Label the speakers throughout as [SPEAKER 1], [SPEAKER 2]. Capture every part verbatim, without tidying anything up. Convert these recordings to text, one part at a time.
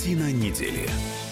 [SPEAKER 1] Картина недели.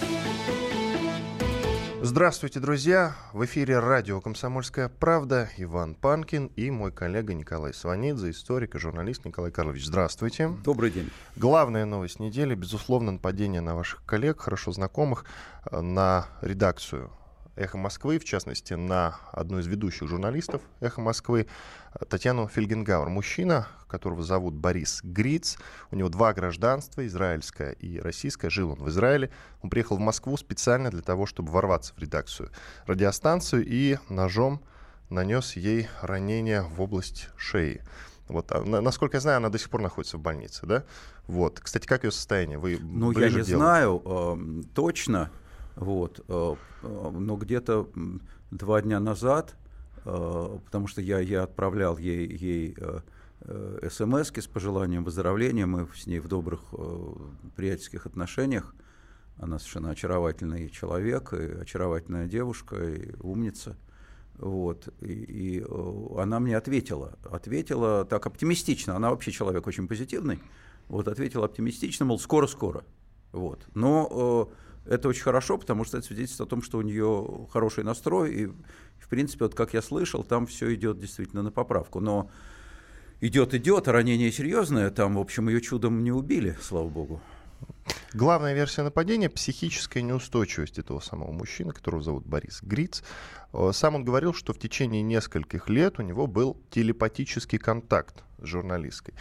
[SPEAKER 2] Здравствуйте, друзья! В эфире радио «Комсомольская правда». Иван Панкин и мой коллега Николай Сванидзе, историк и журналист Николай Карлович. Здравствуйте.
[SPEAKER 3] Добрый день. Главная
[SPEAKER 2] новость недели, безусловно, нападение на ваших коллег, хорошо знакомых, на редакцию «Эхо Москвы», в частности, на одну из ведущих журналистов «Эхо Москвы», Татьяну Фельгенгауэр. Мужчина, которого зовут Борис Гриц, у него два гражданства, израильское и российское. Жил он в Израиле. Он приехал в Москву специально для того, чтобы ворваться в редакцию радиостанцию и ножом нанес ей ранение в область шеи. Вот, насколько я знаю, она до сих пор находится в больнице, да? Вот. Кстати, как ее состояние? Вы
[SPEAKER 3] ну, я не делу? знаю э, точно, вот, э, но где-то два дня назад, э, потому что я, я отправлял ей, ей э, э, смс-ки с пожеланием выздоровления, мы с ней в добрых э, приятельских отношениях, она совершенно очаровательный человек, и очаровательная девушка, и умница. Вот, и, и э, она мне ответила, ответила так оптимистично, она вообще человек очень позитивный, вот, ответила оптимистично, мол, скоро-скоро, вот, но э, это очень хорошо, потому что это свидетельствует о том, что у нее хороший настрой, и, в принципе, вот как я слышал, там все идет действительно на поправку, но идет-идет, а ранение серьезное, там, в общем, ее чудом не убили, слава богу.
[SPEAKER 2] Главная версия нападения — психическая неустойчивость этого самого мужчины, которого зовут Борис Гриц. Сам он говорил, что в течение нескольких лет у него был телепатический контакт с журналисткой.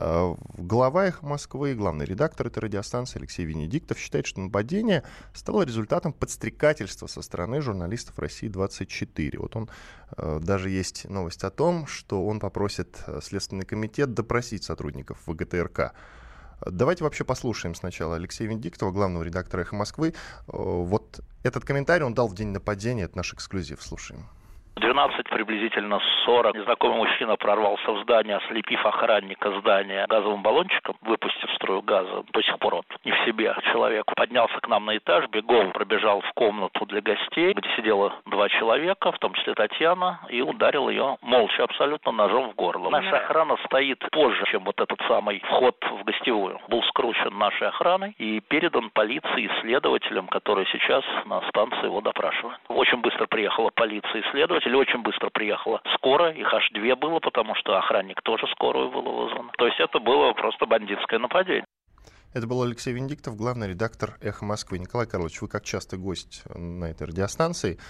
[SPEAKER 2] Глава «Эхо Москвы», главный редактор этой радиостанции Алексей Венедиктов считает, что нападение стало результатом подстрекательства со стороны журналистов России двадцать четыре. Вот он, даже есть новость о том, что он попросит Следственный комитет допросить сотрудников ВГТРК. Давайте вообще послушаем сначала Алексея Венедиктова, главного редактора «Эхо Москвы». Вот этот комментарий он дал в день нападения, это наш эксклюзив, слушаем.
[SPEAKER 4] двенадцать, приблизительно сорок. Незнакомый мужчина прорвался в здание, ослепив охранника здания газовым баллончиком, выпустив струю газа. До сих пор он не в себе. Человек поднялся к нам на этаж, бегом пробежал в комнату для гостей, где сидело два человека, в том числе Татьяна, и ударил ее молча абсолютно ножом в горло. Наша охрана стоит позже, чем вот этот самый вход в гостевую. Был скручен нашей охраной и передан полиции и следователям, которые сейчас на станции его допрашивают. Очень быстро приехала полиция и следователь. Очень быстро приехала скорая, их аж две было, потому что охранник тоже скорую было вызван. То есть это было просто бандитское нападение.
[SPEAKER 2] Это был Алексей Венедиктов, главный редактор «Эхо Москвы». Николай Карлович, вы как частый гость на этой радиостанции,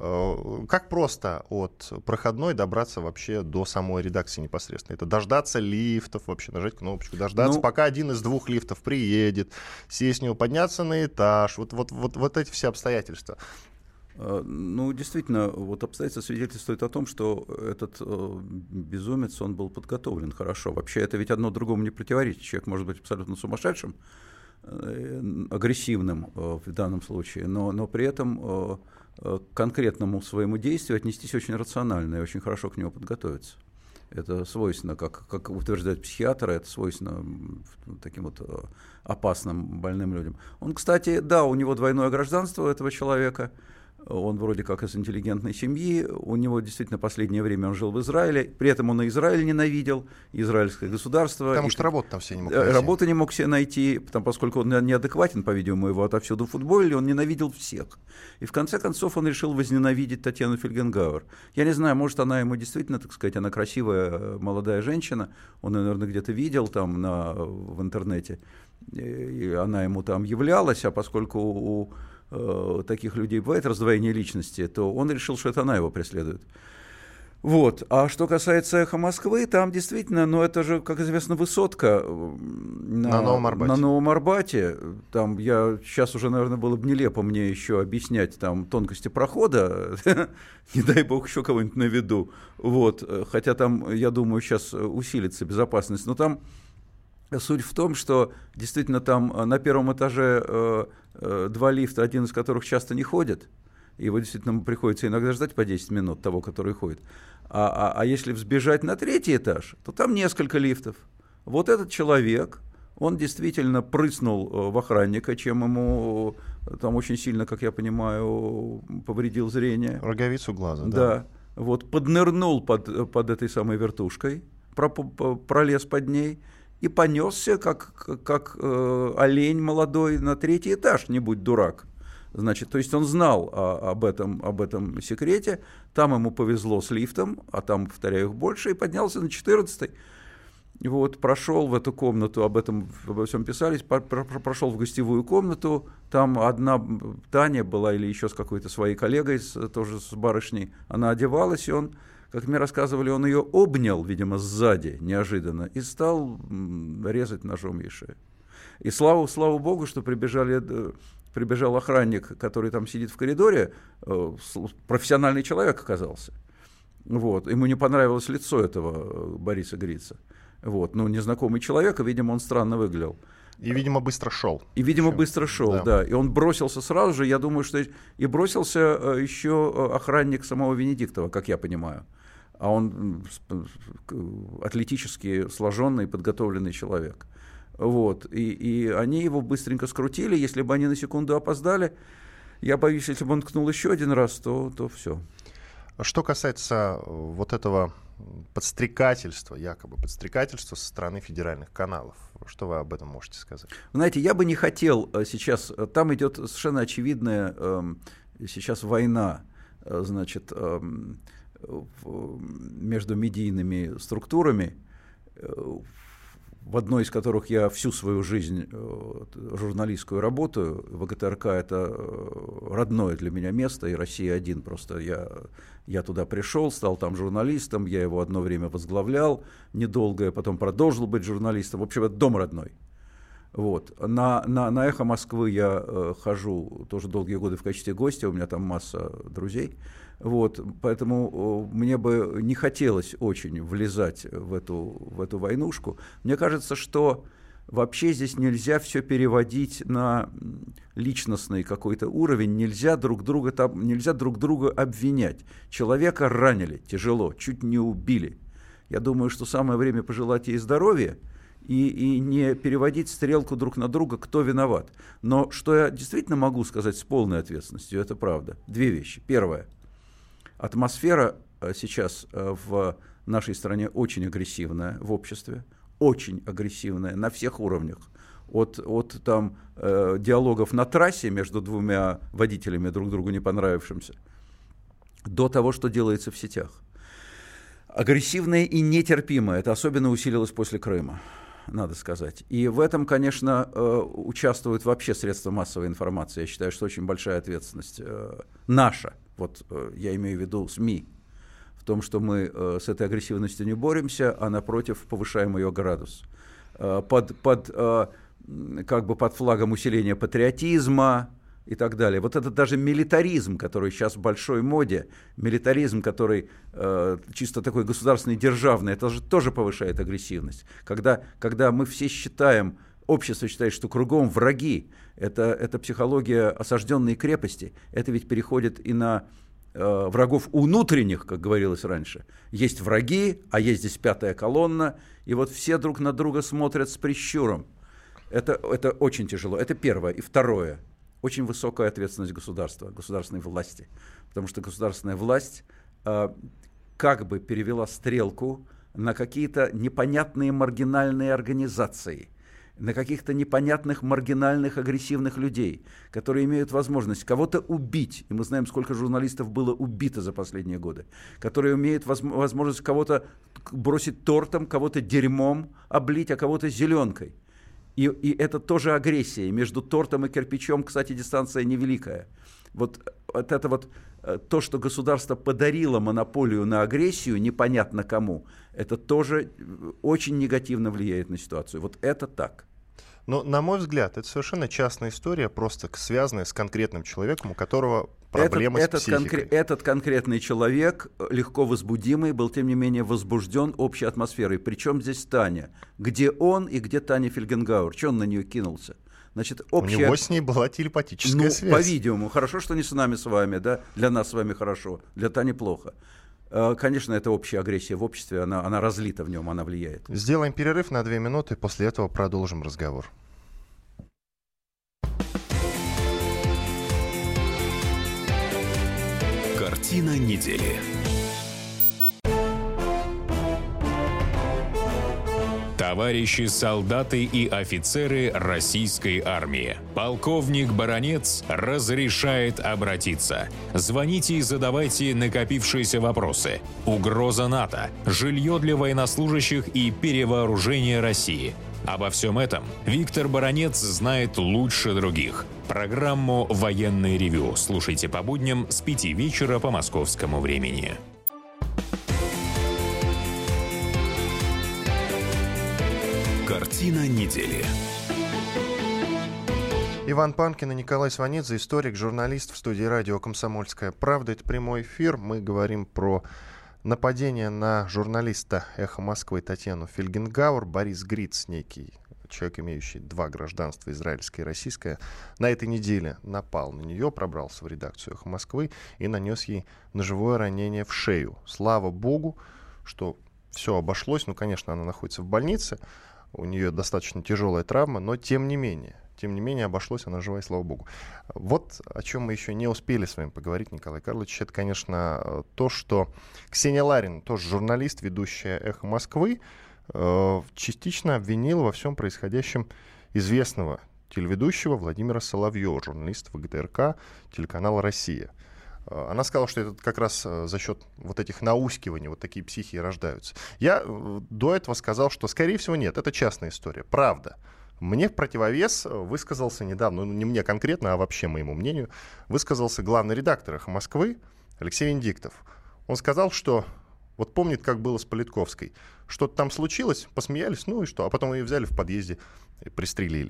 [SPEAKER 2] как просто от проходной добраться вообще до самой редакции непосредственно? Это дождаться лифтов, вообще нажать кнопочку, дождаться, ну, пока один из двух лифтов приедет, сесть с него, подняться на этаж, вот, вот, вот, вот эти все обстоятельства.
[SPEAKER 3] Ну, действительно, вот обстоятельства свидетельствуют о том, что этот э, безумец, он был подготовлен хорошо. Вообще, это ведь одно другому не противоречит. Человек может быть абсолютно сумасшедшим, э, агрессивным э, в данном случае, но, но при этом э, э, к конкретному своему действию отнестись очень рационально и очень хорошо к нему подготовиться. Это свойственно, как, как утверждают психиатры, это свойственно таким вот опасным больным людям. Он, кстати, да, у него двойное гражданство, у этого человека. Он вроде как из интеллигентной семьи, у него действительно последнее время он жил в Израиле, при этом он и Израиль ненавидел, израильское государство.
[SPEAKER 2] Потому
[SPEAKER 3] и,
[SPEAKER 2] что работу там все не мог найти.
[SPEAKER 3] Работу не мог себе найти, потому, поскольку он неадекватен, по-видимому, его отовсюду футболили, он ненавидел всех. И в конце концов он решил возненавидеть Татьяну Фельгенгауэр. Я не знаю, может, она ему действительно, так сказать, она красивая молодая женщина, он ее, наверное, где-то видел там на, в интернете, и она ему там являлась, а поскольку у таких людей бывает раздвоение личности, то он решил, что это она его преследует. Вот. А что касается «Эхо Москвы», там действительно, ну это же, как известно, высотка на,
[SPEAKER 2] на Новом Арбате.
[SPEAKER 3] На Новом Арбате. Там я сейчас уже, наверное, было бы нелепо мне еще объяснять там тонкости прохода, не дай бог еще кого-нибудь наведу. Вот. Хотя там, я думаю, сейчас усилится безопасность. Но там суть в том, что действительно там на первом этаже э, э, два лифта, один из которых часто не ходит, его действительно приходится иногда ждать по десять минут того, который ходит. А, а, а если взбежать на третий этаж, то там несколько лифтов. Вот этот человек, он действительно прыснул в охранника, чем ему там очень сильно, как я понимаю, повредил зрение.
[SPEAKER 2] Роговицу глаза, да.
[SPEAKER 3] Да. Вот, поднырнул под, под этой самой вертушкой, пролез под ней и понесся, как, как, как э, олень молодой, на третий этаж, не будь дурак. Значит, то есть он знал о, об, этом, об этом секрете, там ему повезло с лифтом, а там, повторяю, их больше, и поднялся на четырнадцатый. Вот, прошел в эту комнату, об этом обо всем писались, прошел в гостевую комнату, там одна Таня была или еще с какой-то своей коллегой, с, тоже с барышней, она одевалась, и он, как мне рассказывали, он ее обнял, видимо, сзади неожиданно и стал резать ножом ей шею. И слава, слава богу, что прибежали, прибежал охранник, который там сидит в коридоре, профессиональный человек оказался. Вот. Ему не понравилось лицо этого Бориса Грица. Вот. Ну, незнакомый человек, и, видимо, он странно выглядел.
[SPEAKER 2] И, видимо, быстро шел.
[SPEAKER 3] И, видимо, быстро шел, да. да. И он бросился сразу же, я думаю, что... И бросился еще охранник самого Венедиктова, как я понимаю. А он атлетически сложенный, подготовленный человек. Вот. И, и они его быстренько скрутили. Если бы они на секунду опоздали, я боюсь, если бы он ткнул еще один раз, то, то все.
[SPEAKER 2] Что касается вот этого подстрекательства, якобы подстрекательства со стороны федеральных каналов, что вы об этом можете сказать?
[SPEAKER 3] Знаете, я бы не хотел сейчас, там идет совершенно очевидная сейчас война, значит, между медийными структурами, в одной из которых я всю свою жизнь журналистскую работаю. ВГТРК — это родное для меня место, и Россия один. Просто я, я туда пришел, стал там журналистом, я его одно время возглавлял недолго, я потом продолжил быть журналистом. В общем, это дом родной. Вот. На, на, на «Эхо Москвы» я э, хожу тоже долгие годы в качестве гостя, у меня там масса друзей. Вот. Поэтому э, мне бы не хотелось очень влезать в эту, в эту войнушку. Мне кажется, что вообще здесь нельзя все переводить на личностный какой-то уровень, нельзя друг друга, там, нельзя друг друга обвинять. Человека ранили тяжело, чуть не убили. Я думаю, что самое время пожелать ей здоровья, И, и не переводить стрелку друг на друга, кто виноват. Но что я действительно могу сказать с полной ответственностью, это правда. Две вещи. Первое. Атмосфера сейчас в нашей стране очень агрессивная в обществе, очень агрессивная на всех уровнях. От, от там, э, диалогов на трассе между двумя водителями, друг другу не понравившимся, до того, что делается в сетях. Агрессивная и нетерпимая. Это особенно усилилось после Крыма, надо сказать. И в этом, конечно, участвуют вообще средства массовой информации. Я считаю, что очень большая ответственность наша, вот я имею в виду СМИ, в том, что мы с этой агрессивностью не боремся, а напротив повышаем ее градус. Под, под, как бы под флагом усиления патриотизма и так далее. Вот это даже милитаризм, который сейчас в большой моде, милитаризм, который э, чисто такой государственный, державный, это же тоже повышает агрессивность. Когда, когда мы все считаем, общество считает, что кругом враги, это, это психология осажденной крепости, это ведь переходит и на э, врагов внутренних, как говорилось раньше. Есть враги, а есть здесь пятая колонна, и вот все друг на друга смотрят с прищуром. Это, это очень тяжело. Это первое. И второе. Очень высокая ответственность государства, государственной власти, потому что государственная власть э, как бы перевела стрелку на какие-то непонятные маргинальные организации, на каких-то непонятных маргинальных агрессивных людей, которые имеют возможность кого-то убить, и мы знаем, сколько журналистов было убито за последние годы, которые имеют воз- возможность кого-то бросить тортом, кого-то дерьмом облить, а кого-то зеленкой. И, и это тоже агрессия. Между тортом и кирпичом, кстати, дистанция невеликая. Вот, вот это вот то, что государство подарило монополию на агрессию, непонятно кому, это тоже очень негативно влияет на ситуацию. Вот это так.
[SPEAKER 2] Но, на мой взгляд, это совершенно частная история, просто связанная с конкретным человеком, у которого проблемы
[SPEAKER 3] этот,
[SPEAKER 2] с
[SPEAKER 3] этот
[SPEAKER 2] психикой.
[SPEAKER 3] Конкре- этот конкретный человек, легко возбудимый, был, тем не менее, возбужден общей атмосферой. Причем здесь Таня? Где он и где Таня Фельгенгауэр? Чего он на нее кинулся? Значит, общая...
[SPEAKER 2] У него с ней была телепатическая
[SPEAKER 3] ну,
[SPEAKER 2] связь.
[SPEAKER 3] По-видимому. Хорошо, что не с нами с вами, да? Для нас с вами хорошо, для Тани плохо. Конечно, это общая агрессия в обществе, она, она разлита в нем, она влияет.
[SPEAKER 2] Сделаем перерыв на две минуты, после этого продолжим разговор.
[SPEAKER 1] Картина недели. Товарищи солдаты и офицеры российской армии, полковник Баранец разрешает обратиться. Звоните и задавайте накопившиеся вопросы. Угроза НАТО, жилье для военнослужащих и перевооружение России. Обо всем этом Виктор Баранец знает лучше других. Программу «Военный ревю» слушайте по будням с пяти вечера по московскому времени.
[SPEAKER 5] Картина недели.
[SPEAKER 2] Иван Панкин и Николай Сванидзе, историк, журналист, в студии радио «Комсомольская правда». Это прямой эфир. Мы говорим про нападение на журналиста «Эхо Москвы» Татьяну Фельгенгауэр. Борис Гриц, некий человек, имеющий два гражданства, израильское и российское, на этой неделе напал на нее, пробрался в редакцию «Эхо Москвы» и нанес ей ножевое ранение в шею. Слава богу, что все обошлось. Ну, конечно, она находится в больнице. У нее достаточно тяжелая травма, но тем не менее, тем не менее обошлось, она жива, и слава богу. Вот о чем мы еще не успели с вами поговорить, Николай Карлович, это, конечно, то, что Ксения Ларина, тоже журналист, ведущая «Эхо Москвы», частично обвинила во всем происходящем известного телеведущего Владимира Соловьева, журналиста ВГТРК, телеканала «Россия». Она сказала, что это как раз за счет вот этих наускиваний, вот такие психи рождаются. Я до этого сказал, что, скорее всего, нет, это частная история. Правда. Мне в противовес высказался недавно, ну не мне конкретно, а вообще моему мнению, высказался главный редактор «Эхо Москвы» Алексей Венедиктов. Он сказал, что вот помнит, как было с Политковской. Что-то там случилось, посмеялись, ну и что? А потом ее взяли в подъезде и пристрелили.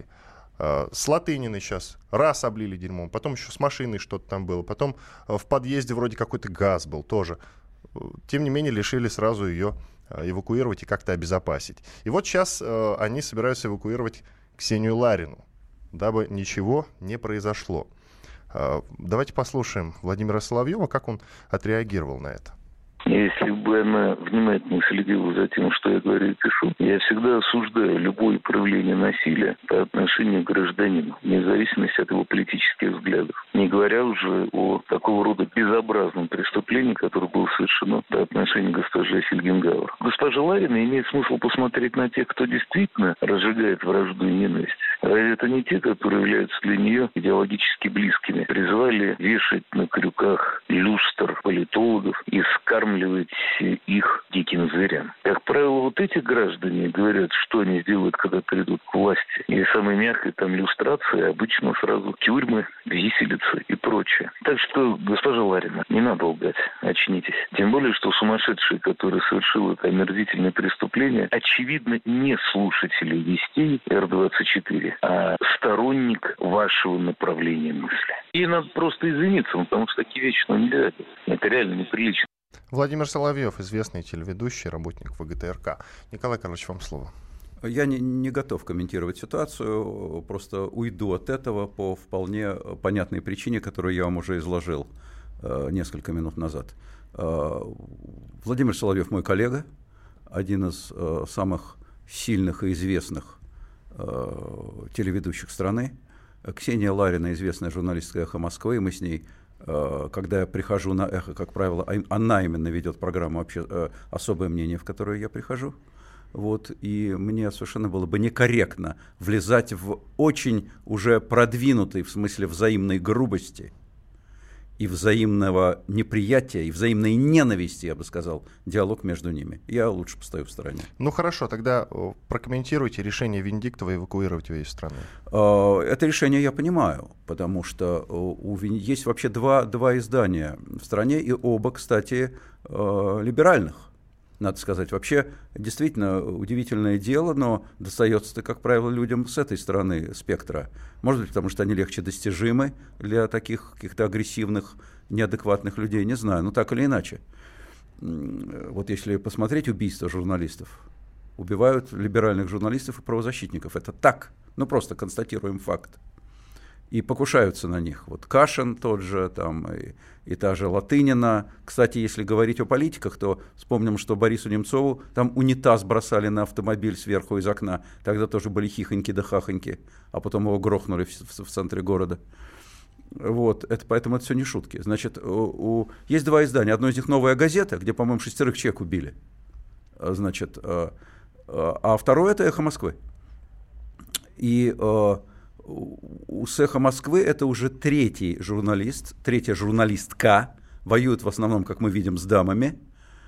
[SPEAKER 2] С Латыниной сейчас раз облили дерьмом, потом еще с машиной что-то там было, потом в подъезде вроде какой-то газ был тоже. Тем не менее, решили сразу ее эвакуировать и как-то обезопасить. И вот сейчас они собираются эвакуировать Ксению Ларину, дабы ничего не произошло. Давайте послушаем Владимира Соловьева, как он отреагировал на это.
[SPEAKER 6] Если бы она внимательно следила за тем, что я говорю и пишу, я всегда осуждаю любое проявление насилия по отношению к гражданину, вне зависимости от его политических взглядов. Не говоря уже о такого рода безобразном преступлении, которое было совершено по отношению к госпоже Фельгенгауэр. Госпожа Ларина имеет смысл посмотреть на тех, кто действительно разжигает вражду и ненависть. А это не те, которые являются для нее идеологически близкими. Призвали вешать на крюках люстр политологов и скармливать их диким зверям. Как правило, вот эти граждане говорят, что они сделают, когда придут к власти. И самой мягкой там люстрации обычно сразу тюрьмы, виселицы и прочее. Так что, госпожа Ларина, не надо лгать, очнитесь. Тем более, что сумасшедший, который совершил это омерзительное преступление, очевидно, не слушатель вестей эр двадцать четыре, а сторонник вашего направления мысли. И надо просто извиниться, потому что такие вещи ну, нельзя. Это реально неприлично.
[SPEAKER 2] Владимир Соловьев, известный телеведущий, работник ВГТРК. Николай Карлович, вам слово.
[SPEAKER 3] Я не, не готов комментировать ситуацию, просто уйду от этого по вполне понятной причине, которую я вам уже изложил э, несколько минут назад. Э, Владимир Соловьев мой коллега, один из э, самых сильных и известных э, телеведущих страны. Ксения Ларина, известная журналистка «Эхо Москвы», мы с ней, когда я прихожу на «Эхо», как правило, она именно ведет программу вообще, «Особое мнение», в которую я прихожу. Вот, и мне совершенно было бы некорректно влезать в очень уже продвинутый, в смысле взаимной грубости и взаимного неприятия, и взаимной ненависти, я бы сказал, диалог между ними. Я лучше постою в стороне.
[SPEAKER 2] Ну хорошо, тогда прокомментируйте решение Венедиктова эвакуировать ее из страны.
[SPEAKER 3] Это решение я понимаю, потому что у, есть вообще два, два издания в стране, и оба, кстати, либеральных. Надо сказать, вообще действительно удивительное дело, но достается-то, как правило, людям с этой стороны спектра. Может быть, потому что они легче достижимы для таких каких-то агрессивных, неадекватных людей, не знаю, но так или иначе. Вот если посмотреть убийства журналистов, убивают либеральных журналистов и правозащитников. Это так, ну просто констатируем факт. И покушаются на них. Вот Кашин тот же, там, и, и та же Латынина. Кстати, если говорить о политиках, то вспомним, что Борису Немцову там унитаз бросали на автомобиль сверху из окна. Тогда тоже были хихоньки да хахоньки, а потом его грохнули в, в, в центре города. Вот, это, поэтому это все не шутки. Значит, у, у, есть два издания. Одно из них «Новая газета», где, по-моему, шестерых человек убили. Значит, А второе – это «Эхо Москвы». И у «Эхо Москвы» это уже третий журналист, третья журналистка, воюют в основном, как мы видим, с дамами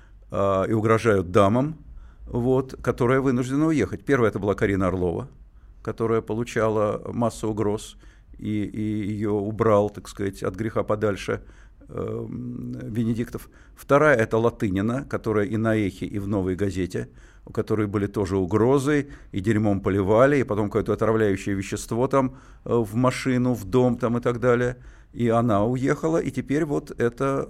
[SPEAKER 3] и угрожают дамам, вот, которая вынуждена уехать. Первая это была Карина Орлова, которая получала массу угроз, и, и ее убрал, так сказать, от греха подальше э, Венедиктов. Вторая это Латынина, которая и на «Эхе», и в «Новой газете», у которой были тоже угрозы, и дерьмом поливали, и потом какое-то отравляющее вещество там э, в машину, в дом там и так далее. И она уехала, и теперь вот это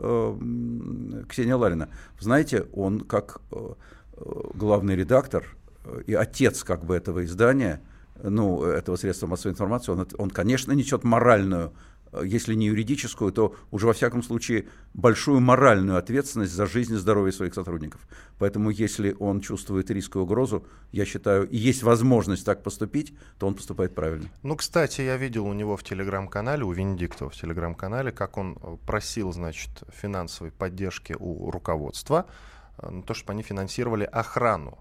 [SPEAKER 3] э, Ксения Ларина. Знаете, он как э, главный редактор и отец как бы этого издания, ну, этого средства массовой информации, он, он, конечно, несет моральную, если не юридическую, то уже во всяком случае большую моральную ответственность за жизнь и здоровье своих сотрудников. Поэтому если он чувствует риск и угрозу, я считаю, и есть возможность так поступить, то он поступает правильно.
[SPEAKER 2] Ну, кстати, я видел у него в телеграм-канале, у Венедиктова в телеграм-канале, как он просил, значит, финансовой поддержки у руководства, на то, чтобы они финансировали охрану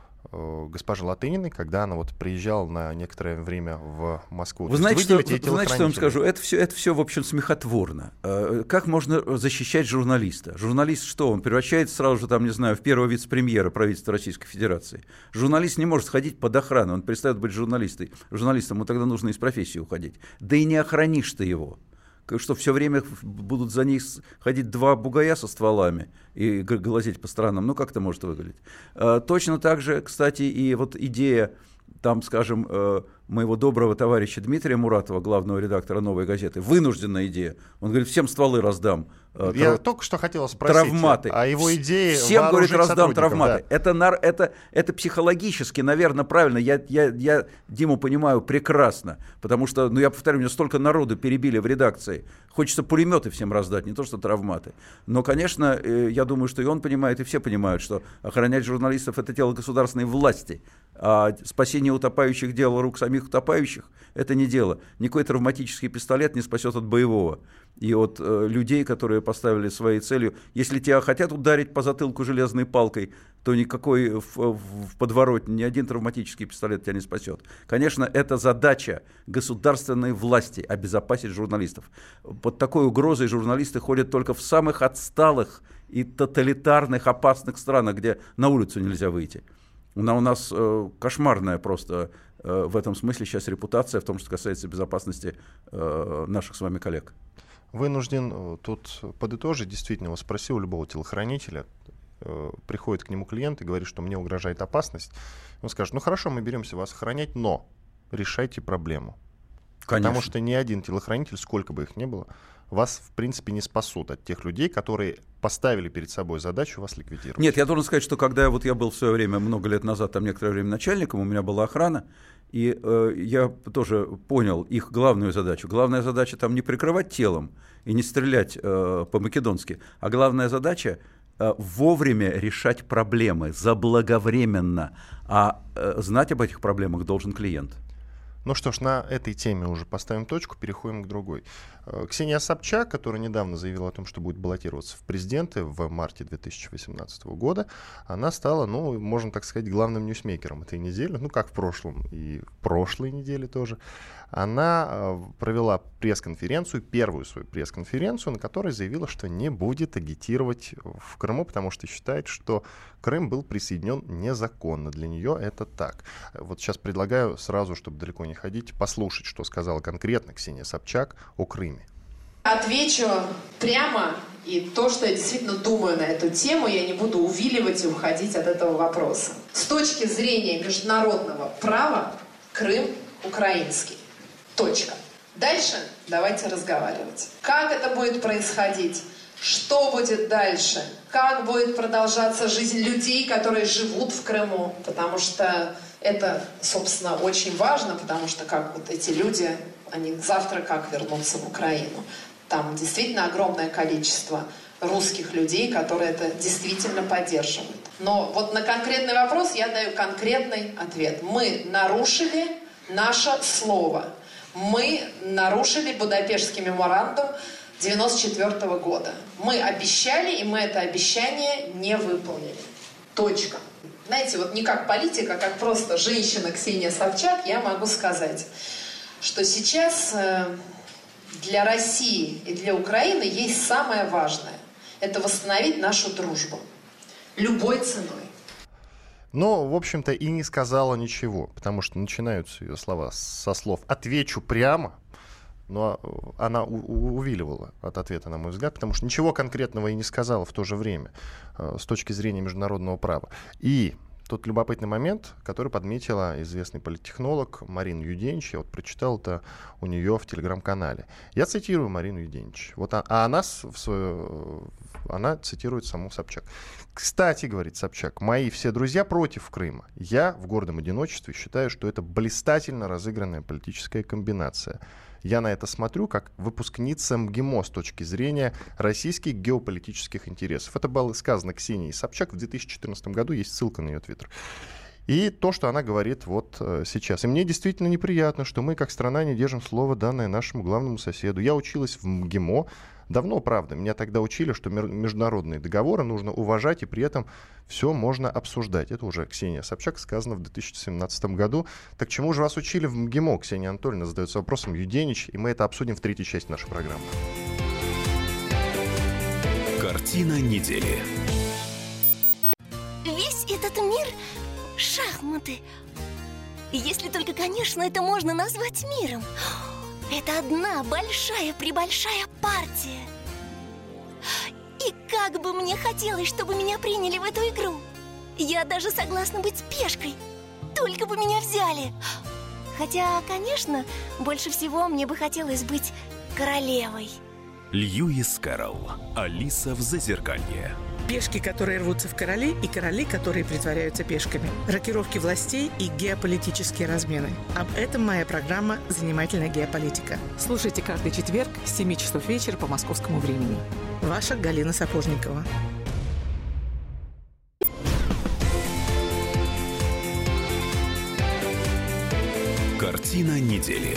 [SPEAKER 2] госпожи Латыниной, когда она вот приезжала на некоторое время в Москву.
[SPEAKER 3] Вы знаете, что, вы знаете, что я вам скажу? Это все, это все, в общем, смехотворно. Как можно защищать журналиста? Журналист что? Он превращается сразу же, там, не знаю, в первого вице-премьера правительства Российской Федерации. Журналист не может ходить под охрану, он перестает быть журналистом. Журналистам ему тогда нужно из профессии уходить. Да и не охранишь ты его. Что все время будут за них ходить два бугая со стволами и глазеть по сторонам. Ну, как это может выглядеть? Точно так же, кстати, и вот идея, там, скажем, моего доброго товарища Дмитрия Муратова, главного редактора «Новой газеты», вынужденная идея. Он говорит, всем стволы раздам.
[SPEAKER 2] Я трав... только что хотел спросить
[SPEAKER 3] травматы.
[SPEAKER 2] А его идеи
[SPEAKER 3] всем, говорит, раздам травматы.
[SPEAKER 2] Да.
[SPEAKER 3] Это, это, это психологически, наверное, правильно. Я, я, я Диму понимаю прекрасно, потому что, ну, я повторяю, мне столько народу перебили в редакции. Хочется пулеметы всем раздать, не то что травматы. Но, конечно, я думаю, что и он понимает, и все понимают, что охранять журналистов – это дело государственной власти. А спасение утопающих – дело рук самих утопающих – это не дело. Никакой травматический пистолет не спасет от боевого. И от э, людей, которые поставили своей целью, если тебя хотят ударить по затылку железной палкой, то никакой в, в подворотне ни один травматический пистолет тебя не спасет. Конечно, это задача государственной власти – обезопасить журналистов. Под такой угрозой журналисты ходят только в самых отсталых и тоталитарных опасных странах, где на улицу нельзя выйти. У нас э, кошмарная просто э, в этом смысле сейчас репутация в том, что касается безопасности э, наших с вами коллег.
[SPEAKER 2] Вынужден тут подытожить, действительно, вот спросил у любого телохранителя, э, приходит к нему клиент и говорит, что мне угрожает опасность. Он скажет, ну хорошо, мы беремся вас охранять, но решайте проблему. Конечно. Потому что ни один телохранитель, сколько бы их ни было, вас, в принципе, не спасут от тех людей, которые поставили перед собой задачу вас ликвидировать.
[SPEAKER 3] Нет, я должен сказать, что когда вот я был в свое время, много лет назад, там некоторое время начальником, у меня была охрана, и э, я тоже понял их главную задачу. Главная задача там не прикрывать телом и не стрелять э, по-македонски, а главная задача э, вовремя решать проблемы, заблаговременно. А э, знать об этих проблемах должен клиент.
[SPEAKER 2] Ну что ж, на этой теме уже поставим точку, переходим к другой. Ксения Собчак, которая недавно заявила о том, что будет баллотироваться в президенты в марте две тысячи восемнадцатого года, она стала, ну, можно так сказать, главным ньюсмейкером этой недели, ну, как в прошлом и в прошлой неделе тоже. Она провела пресс-конференцию, первую свою пресс-конференцию, на которой заявила, что не будет агитировать в Крыму, потому что считает, что Крым был присоединен незаконно. Для нее это так. Вот сейчас предлагаю сразу, чтобы далеко не ходить, послушать, что сказала конкретно Ксения Собчак о Крыме.
[SPEAKER 5] Отвечу прямо, и то, что я действительно думаю на эту тему, я не буду увиливать и уходить от этого вопроса. С точки зрения международного права, Крым украинский. Точка. Дальше давайте разговаривать. Как это будет происходить? Что будет дальше? Как будет продолжаться жизнь людей, которые живут в Крыму? Потому что это, собственно, очень важно, потому что как вот эти люди, они завтра как вернутся в Украину? Там действительно огромное количество русских людей, которые это действительно поддерживают. Но вот на конкретный вопрос я даю конкретный ответ. Мы нарушили наше слово. Мы нарушили Будапештский меморандум девяносто четвёртого года. Мы обещали, и мы это обещание не выполнили. Точка. знаете, вот не как политик, а как просто женщина Ксения Собчак, я могу сказать, что сейчас для России и для Украины есть самое важное. Это восстановить нашу дружбу. Любой ценой.
[SPEAKER 2] Но, в общем-то, и не сказала ничего, потому что начинаются ее слова со слов «отвечу прямо», но она у- увиливала от ответа, на мой взгляд, потому что ничего конкретного и не сказала в то же время э, с точки зрения международного права. И тот любопытный момент, который подметила известный политтехнолог Марина Юденич, я вот прочитал это у нее в телеграм-канале. Я цитирую Марину Юденич. Вот, а, а она, в свою, она цитирует саму Собчак. «Кстати, — говорит Собчак, — мои все друзья против Крыма. Я в гордом одиночестве считаю, что это блистательно разыгранная политическая комбинация. Я на это смотрю как выпускница МГИМО с точки зрения российских геополитических интересов». Это было сказано Ксенией Собчак в две тысячи четырнадцатом году, есть ссылка на ее твиттер. И то, что она говорит вот э, сейчас. И мне действительно неприятно, что мы, как страна, не держим слово, данное нашему главному соседу. Я училась в МГИМО. Давно, правда, меня тогда учили, что международные договоры нужно уважать, и при этом все можно обсуждать. Это уже Ксения Собчак сказано в две тысячи семнадцатом году. Так чему же вас учили в МГИМО? Ксения Анатольевна задается вопросом Юденич, и мы это обсудим в третьей части нашей программы.
[SPEAKER 1] Картина недели.
[SPEAKER 7] Весь этот мир — шахматы. Если только, конечно, это можно назвать миром. Это одна большая-пребольшая партия. И как бы мне хотелось, чтобы меня приняли в эту игру. Я даже согласна быть пешкой. Только бы меня взяли. Хотя, конечно, больше всего мне бы хотелось быть королевой.
[SPEAKER 1] Льюис Кэрролл. Алиса в Зазеркалье.
[SPEAKER 8] Пешки, которые рвутся в короли, и короли, которые притворяются пешками. Рокировки властей и геополитические размены. Об этом моя программа «Занимательная геополитика».
[SPEAKER 9] Слушайте каждый четверг с семи часов вечера по московскому времени.
[SPEAKER 8] Ваша Галина Сапожникова.
[SPEAKER 1] Картина недели.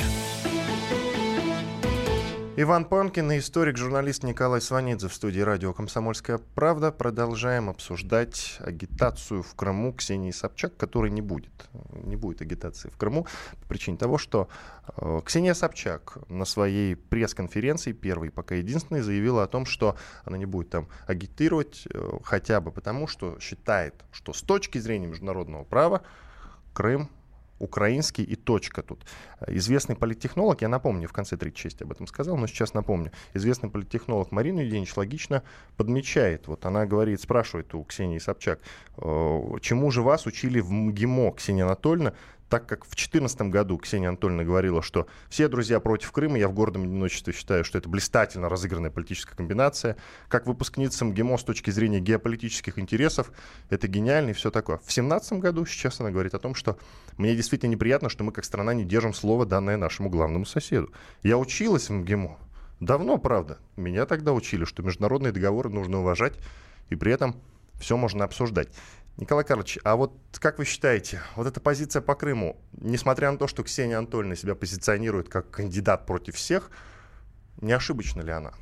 [SPEAKER 2] Иван Панкин и историк, журналист Николай Сванидзе в студии радио «Комсомольская правда». Продолжаем обсуждать агитацию в Крыму Ксении Собчак, которой не будет. Не будет агитации в Крыму по причине того, что э, Ксения Собчак на своей пресс-конференции, первой, пока единственной, заявила о том, что она не будет там агитировать, э, хотя бы потому, что считает, что с точки зрения международного права Крым украинский и точка тут. Известный политтехнолог, я напомню, в конце третьей части об этом сказал, но сейчас напомню. Известный политтехнолог Марина Юденич логично подмечает. Вот она говорит, спрашивает у Ксении Собчак, чему же вас учили в МГИМО, Ксения Анатольевна, так как в две тысячи четырнадцатом году Ксения Анатольевна говорила, что все друзья против Крыма, я в гордом одиночестве считаю, что это блистательно разыгранная политическая комбинация. Как выпускница МГИМО с точки зрения геополитических интересов, это гениально и все такое. В две тысячи семнадцатом году сейчас она говорит о том, что мне действительно неприятно, что мы как страна не держим слово, данное нашему главному соседу. Я училась в МГИМО. Давно, правда. Меня тогда учили, что международные договоры нужно уважать, и при этом все можно обсуждать. Николай Карлович, а вот как вы считаете, вот эта позиция по Крыму, несмотря на то, что Ксения Анатольевна себя позиционирует как кандидат против всех, не ошибочна ли она?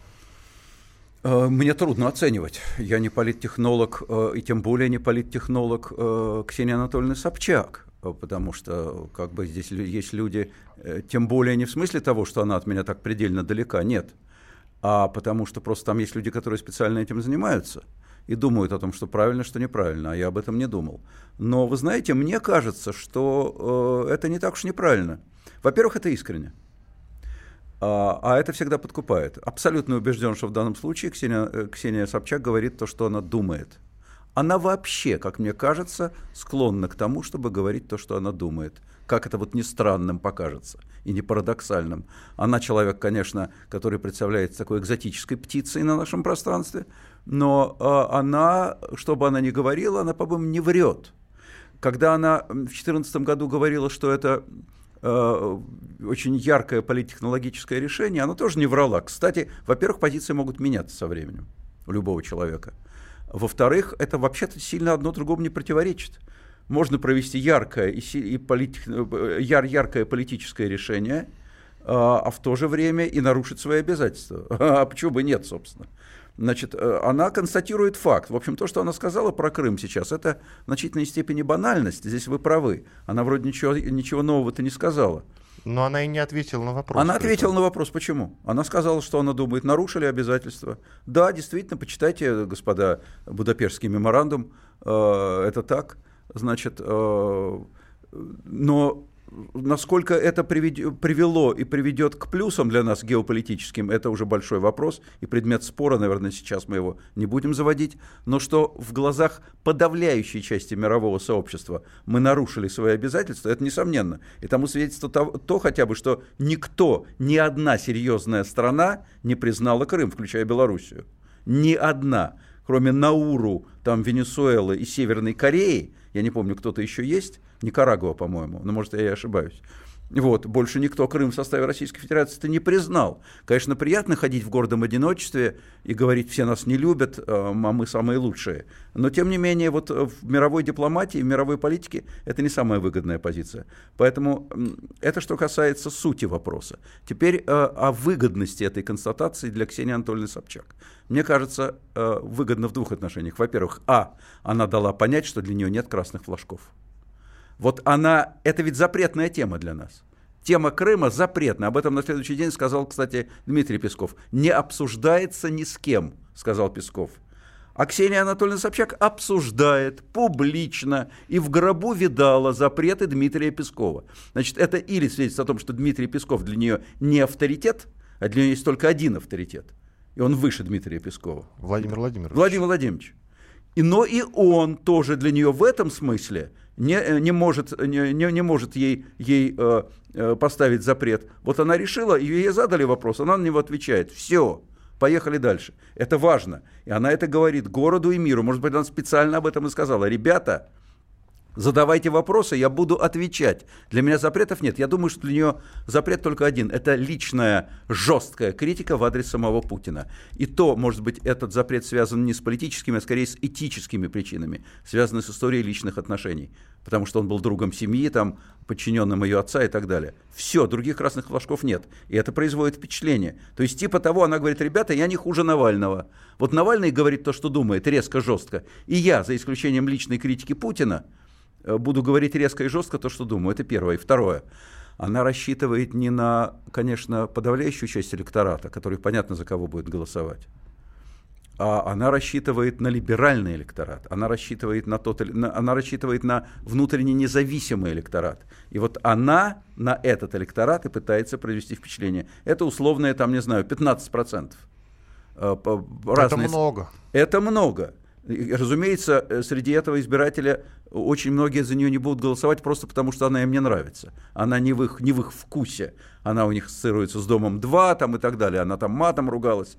[SPEAKER 3] Мне трудно оценивать. Я не политтехнолог, и тем более не политтехнолог Ксении Анатольевны Собчак, потому что как бы здесь есть люди, тем более не в смысле того, что она от меня так предельно далека, нет, а потому что просто там есть люди, которые специально этим занимаются и думают о том, что правильно, что неправильно, а я об этом не думал. Но, вы знаете, мне кажется, что э, это не так уж неправильно. Во-первых, это искренне, а, а это всегда подкупает. Абсолютно убежден, что в данном случае Ксения, Ксения Собчак говорит то, что она думает. Она вообще, как мне кажется, склонна к тому, чтобы говорить то, что она думает. Как это вот не странным покажется и не парадоксальным. Она человек, конечно, который представляется такой экзотической птицей на нашем пространстве, но э, она, что бы она ни говорила, она, по-моему, не врет. Когда она в две тысячи четырнадцатом году говорила, что это э, очень яркое политтехнологическое решение, она тоже не врала. Кстати, во-первых, позиции могут меняться со временем у любого человека. Во-вторых, это вообще-то сильно одно другому не противоречит. Можно провести яркое, и, и полит, яр, яркое политическое решение, а, а в то же время и нарушить свои обязательства. А почему бы нет, собственно? Значит, она констатирует факт. В общем, то, что она сказала про Крым сейчас, это в значительной степени банальность. Здесь вы правы. Она вроде ничего, ничего нового-то не сказала.
[SPEAKER 2] Но она и не ответила на вопрос.
[SPEAKER 3] Она ответила на вопрос, почему. Она сказала, что она думает, нарушили обязательства. Да, действительно, почитайте, господа, Будапештский меморандум. Э, это так. Значит, э, но насколько это привед... привело и приведет к плюсам для нас геополитическим, это уже большой вопрос, и предмет спора, наверное, сейчас мы его не будем заводить, но что в глазах подавляющей части мирового сообщества мы нарушили свои обязательства, это несомненно. И тому свидетельство то, то хотя бы, что никто, ни одна серьезная страна не признала Крым, включая Белоруссию. Ни одна. Кроме Науру, там, Венесуэлы и Северной Кореи, я не помню, кто-то еще есть, Никарагуа, по-моему, но, может, я и ошибаюсь. Вот, больше никто Крым в составе Российской Федерации-то не признал. Конечно, приятно ходить в гордом одиночестве и говорить, все нас не любят, а мы самые лучшие. Но, тем не менее, вот в мировой дипломатии, в мировой политике это не самая выгодная позиция. Поэтому это что касается сути вопроса. Теперь о выгодности этой констатации для Ксении Анатольевны Собчак. Мне кажется, выгодно в двух отношениях. Во-первых, а, она дала понять, что для нее нет красных флажков. Вот она, это ведь запретная тема для нас. Тема Крыма запретная. Об этом на следующий день сказал, кстати, Дмитрий Песков. Не обсуждается ни с кем, сказал Песков. А Ксения Анатольевна Собчак обсуждает публично и в гробу видала запреты Дмитрия Пескова. Значит, это или свидетельство о том, что Дмитрий Песков для нее не авторитет, а для нее есть только один авторитет. И он выше Дмитрия Пескова.
[SPEAKER 2] Владимир Владимирович.
[SPEAKER 3] Владимир Владимирович. И, но и он тоже для нее в этом смысле не, не может, не, не может ей, ей э, э, поставить запрет. Вот она решила, и ей задали вопрос, она на него отвечает. Все, поехали дальше. Это важно. И она это говорит городу и миру. Может быть, она специально об этом и сказала. Ребята, задавайте вопросы, я буду отвечать. Для меня запретов нет. Я думаю, что для нее запрет только один. Это личная жесткая критика в адрес самого Путина. И то, может быть, этот запрет связан не с политическими, а скорее с этическими причинами, связанный с историей личных отношений. Потому что он был другом семьи, там, подчиненным ее отца и так далее. Все, других красных флажков нет. И это производит впечатление. То есть типа того, она говорит, ребята, я не хуже Навального. Вот Навальный говорит то, что думает, резко, жестко. И я, за исключением личной критики Путина, буду говорить резко и жестко то, что думаю. Это первое. И второе. Она рассчитывает не на, конечно, подавляющую часть электората, который понятно, за кого будет голосовать, а она рассчитывает на либеральный электорат. Она рассчитывает на, тот, на, она рассчитывает на внутренне независимый электорат. И вот она на этот электорат и пытается произвести впечатление. Это условное, там, не знаю, пятнадцать процентов.
[SPEAKER 2] Разные... Это много.
[SPEAKER 3] Это много. И, разумеется, среди этого избирателя очень многие за нее не будут голосовать просто потому, что она им не нравится. Она не в их, не в их вкусе. Она у них ассоциируется с Домом два там, и так далее. Она там матом ругалась.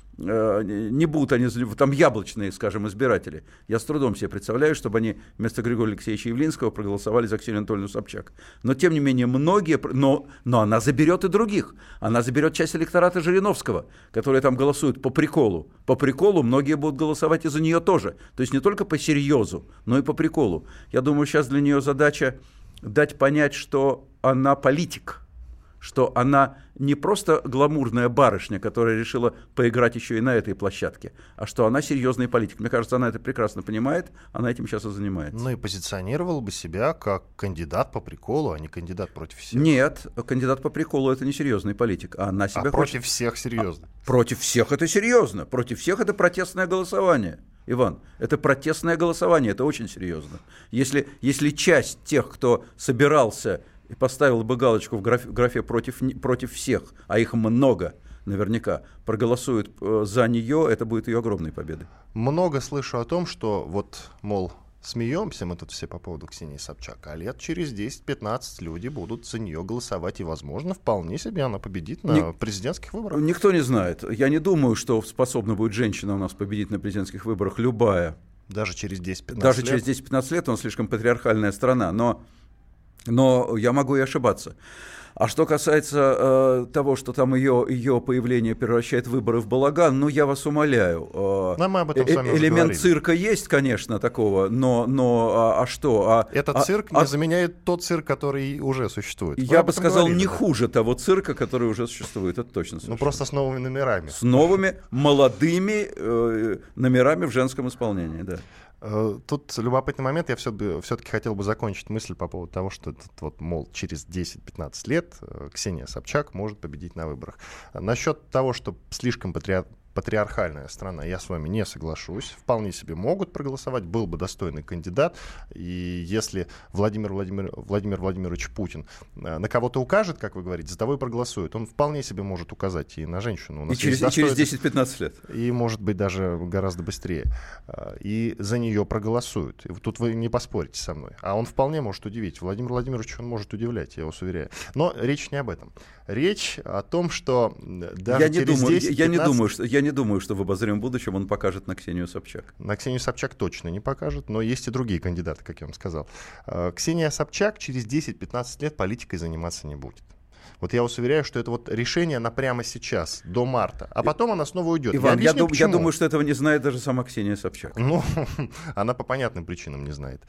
[SPEAKER 3] Не будут они, там яблочные, скажем, избиратели. Я с трудом себе представляю, чтобы они вместо Григория Алексеевича Явлинского проголосовали за Ксению Анатольевну Собчак. Но, тем не менее, многие, но, но она заберет и других. Она заберет часть электората Жириновского, которые там голосуют по приколу. По приколу многие будут голосовать и за нее тоже. То есть не только по серьезу, но и по приколу. Я думаю, сейчас для нее задача дать понять, что она политик. Что она не просто гламурная барышня, которая решила поиграть еще и на этой площадке, а что она серьезный политик. Мне кажется, она это прекрасно понимает, она этим сейчас и занимается.
[SPEAKER 2] Ну и позиционировала бы себя как кандидат по приколу, а не кандидат против всех.
[SPEAKER 3] Нет, кандидат по приколу — это не серьезный политик. А, она себя
[SPEAKER 2] а
[SPEAKER 3] хочет...
[SPEAKER 2] против всех серьезно.
[SPEAKER 3] А, против всех это серьезно. Против всех это протестное голосование. Иван, это протестное голосование, это очень серьезно. Если, если часть тех, кто собирался... и поставил бы галочку в графе, в графе против, против всех, а их много наверняка, проголосуют за нее, это будет ее огромной победой.
[SPEAKER 2] Много слышу о том, что вот, мол, смеемся мы тут все по поводу Ксении Собчак, а лет через десять-пятнадцать люди будут за нее голосовать, и, возможно, вполне себе она победит на Ник- президентских выборах.
[SPEAKER 3] Никто не знает. Я не думаю, что способна будет женщина у нас победить на президентских выборах, любая.
[SPEAKER 2] Даже через десять-пятнадцать
[SPEAKER 3] Даже
[SPEAKER 2] лет?
[SPEAKER 3] через десять-пятнадцать лет, он слишком патриархальная страна, но... Но я могу и ошибаться. А что касается э, того, что там ее, ее появление превращает выборы в балаган, ну, я вас умоляю. Э,
[SPEAKER 2] но мы об этом с вами
[SPEAKER 3] э,
[SPEAKER 2] уже
[SPEAKER 3] элемент
[SPEAKER 2] говорили.
[SPEAKER 3] цирка есть, конечно, такого, но, но а, а что? А,
[SPEAKER 2] Этот
[SPEAKER 3] а,
[SPEAKER 2] цирк
[SPEAKER 3] а,
[SPEAKER 2] не заменяет тот цирк, который уже существует. Вы
[SPEAKER 3] я бы сказал,
[SPEAKER 2] говорили,
[SPEAKER 3] не
[SPEAKER 2] да?
[SPEAKER 3] хуже того цирка, который уже существует, это точно совершенно.
[SPEAKER 2] Ну, просто с новыми номерами.
[SPEAKER 3] С новыми, молодыми э, номерами в женском исполнении, да.
[SPEAKER 2] Тут любопытный момент, я все-таки хотел бы закончить мысль по поводу того, что, вот, мол, через десять-пятнадцать лет Ксения Собчак может победить на выборах. Насчет того, что слишком патриот... патриархальная страна, я с вами не соглашусь. Вполне себе могут проголосовать, был бы достойный кандидат. И если Владимир, Владимир, Владимир Владимирович Путин на кого-то укажет, как вы говорите, за того и проголосует, он вполне себе может указать и на женщину. У нас
[SPEAKER 3] и через,
[SPEAKER 2] достойный...
[SPEAKER 3] через десять-пятнадцать лет.
[SPEAKER 2] И, может быть, даже гораздо быстрее. И за нее проголосуют. И тут вы не поспорите со мной. А он вполне может удивить. Владимир Владимирович, он может удивлять, я вас уверяю. Но речь не об этом. Речь о том, что даже
[SPEAKER 3] я не
[SPEAKER 2] через
[SPEAKER 3] думаю,
[SPEAKER 2] десять-пятнадцать...
[SPEAKER 3] Я не думаю, что, я не думаю, что в обозримом будущем он покажет на Ксению Собчак.
[SPEAKER 2] На Ксению Собчак точно не покажет, но есть и другие кандидаты, как я вам сказал. Ксения Собчак через десять-пятнадцать лет политикой заниматься не будет. Вот я вас уверяю, что это вот решение на прямо сейчас, до марта. А потом она снова уйдет.
[SPEAKER 3] Иван,
[SPEAKER 2] я,
[SPEAKER 3] я, дум, я думаю, что этого не знает даже сама Ксения Собчак.
[SPEAKER 2] Ну, она по понятным причинам не знает.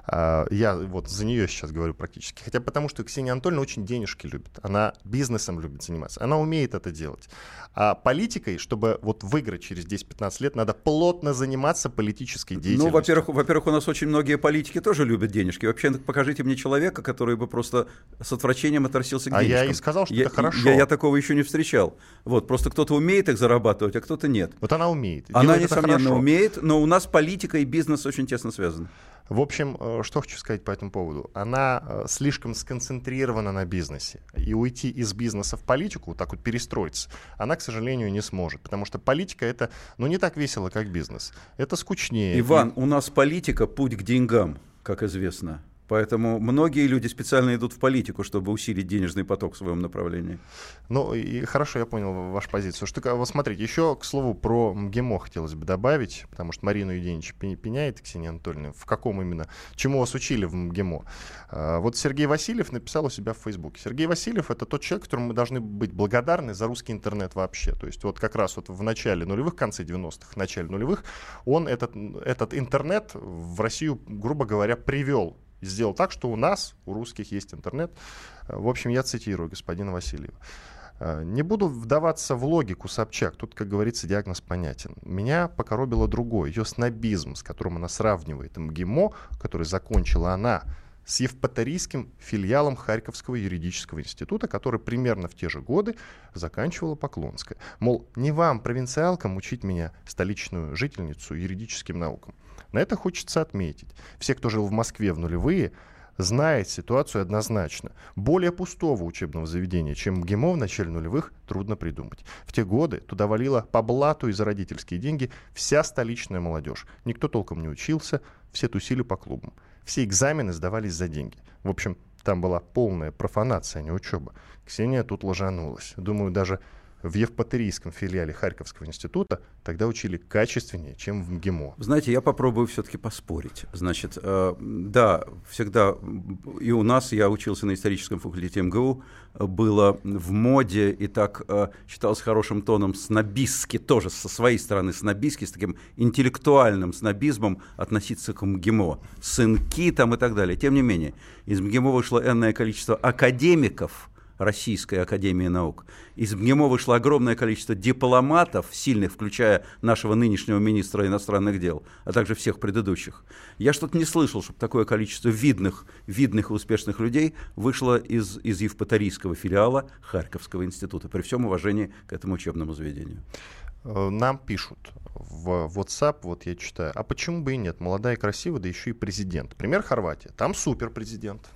[SPEAKER 2] Я вот за нее сейчас говорю практически. Хотя потому, что Ксения Анатольевна очень денежки любит. Она бизнесом любит заниматься. Она умеет это делать. А политикой, чтобы вот выиграть через десять-пятнадцать лет, надо плотно заниматься политической деятельностью.
[SPEAKER 3] Ну, во-первых, во-первых, у нас очень многие политики тоже любят денежки. Вообще, покажите мне человека, который бы просто с отвращением относился к
[SPEAKER 2] а
[SPEAKER 3] денежкам.
[SPEAKER 2] Я и сказал, что
[SPEAKER 3] я,
[SPEAKER 2] это хорошо.
[SPEAKER 3] Я, я такого еще не встречал. Вот, просто кто-то умеет их зарабатывать, а кто-то нет.
[SPEAKER 2] Вот она умеет.
[SPEAKER 3] Она, несомненно, умеет, но у нас политика и бизнес очень тесно связаны.
[SPEAKER 2] В общем, что хочу сказать по этому поводу. Она слишком сконцентрирована на бизнесе. И уйти из бизнеса в политику, вот так вот перестроиться, она, к сожалению, не сможет. Потому что политика — это, ну, не так весело, как бизнес. Это скучнее.
[SPEAKER 3] Иван,
[SPEAKER 2] и...
[SPEAKER 3] у нас политика — путь к деньгам, как известно. Поэтому многие люди специально идут в политику, чтобы усилить денежный поток в своем направлении.
[SPEAKER 2] Ну, и хорошо, я понял вашу позицию. Что, вот смотрите, еще, к слову, про МГИМО хотелось бы добавить, потому что Марину Юденич пеняет, Ксения Анатольевна, в каком именно, чему вас учили в МГИМО. А, вот Сергей Васильев написал у себя в Фейсбуке. Сергей Васильев — это тот человек, которому мы должны быть благодарны за русский интернет вообще. То есть вот как раз вот в начале нулевых, в конце девяностых, в начале нулевых, он этот, этот интернет в Россию, грубо говоря, привел. Сделал так, что у нас, у русских, есть интернет. В общем, я цитирую господина Васильева. Не буду вдаваться в логику Собчак. Тут, как говорится, диагноз понятен. Меня покоробило другое. Ее снобизм, с которым она сравнивает МГИМО, который закончила она, с Евпаторийским филиалом Харьковского юридического института, который примерно в те же годы заканчивала Поклонская. Мол, не вам, провинциалкам, учить меня, столичную жительницу, юридическим наукам. На это хочется отметить. Все, кто жил в Москве в нулевые, знает ситуацию однозначно. Более пустого учебного заведения, чем МГИМО в начале нулевых, трудно придумать. В те годы туда валила по блату и за родительские деньги вся столичная молодежь. Никто толком не учился, все тусили по клубам. Все экзамены сдавались за деньги. В общем, там была полная профанация, а не учеба. Ксения тут ложанулась. Думаю, даже в Евпаторийском филиале Харьковского института тогда учили качественнее, чем в МГИМО.
[SPEAKER 3] Знаете, я попробую все-таки поспорить. Значит, э, да, всегда и у нас, я учился на историческом факультете МГУ, было в моде и так э, считалось хорошим тоном снобистски, тоже со своей стороны снобистски, с таким интеллектуальным снобизмом относиться к МГИМО. Сынки там и так далее. Тем не менее, из МГИМО вышло энное количество академиков, Российской академии наук. Из МГИМО вышло огромное количество дипломатов, сильных, включая нашего нынешнего министра иностранных дел, а также всех предыдущих. Я что-то не слышал, чтобы такое количество видных, видных и успешных людей вышло из, из Евпаторийского филиала Харьковского института, при всем уважении к этому учебному заведению.
[SPEAKER 2] Нам пишут в WhatsApp, вот я читаю, а почему бы и нет, молодая и красивая, да еще и президент. Пример Хорватия, там супер президент.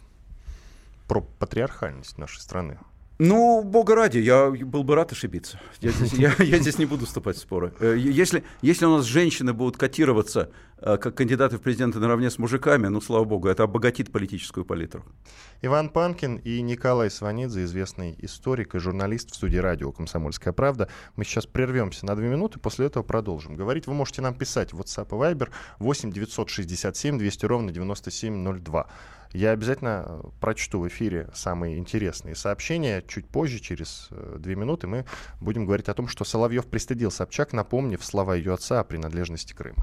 [SPEAKER 2] Про патриархальность нашей страны.
[SPEAKER 3] Ну, бога ради, я был бы рад ошибиться. Я здесь, я, я здесь не буду вступать в споры. Если, если у нас женщины будут котироваться как кандидаты в президенты наравне с мужиками, ну, слава богу, это обогатит политическую палитру.
[SPEAKER 2] Иван Панкин и Николай Сванидзе, известный историк и журналист в студии радио «Комсомольская правда». Мы сейчас прервемся на две минуты, после этого продолжим. Говорить вы можете нам писать в WhatsApp и Viber восемь девятьсот шестьдесят семь двести ровно девяносто семь ноль два. Я обязательно прочту в эфире самые интересные сообщения. Чуть позже, через две минуты, мы будем говорить о том, что Соловьев пристыдил Собчак, напомнив слова ее отца о принадлежности Крыма.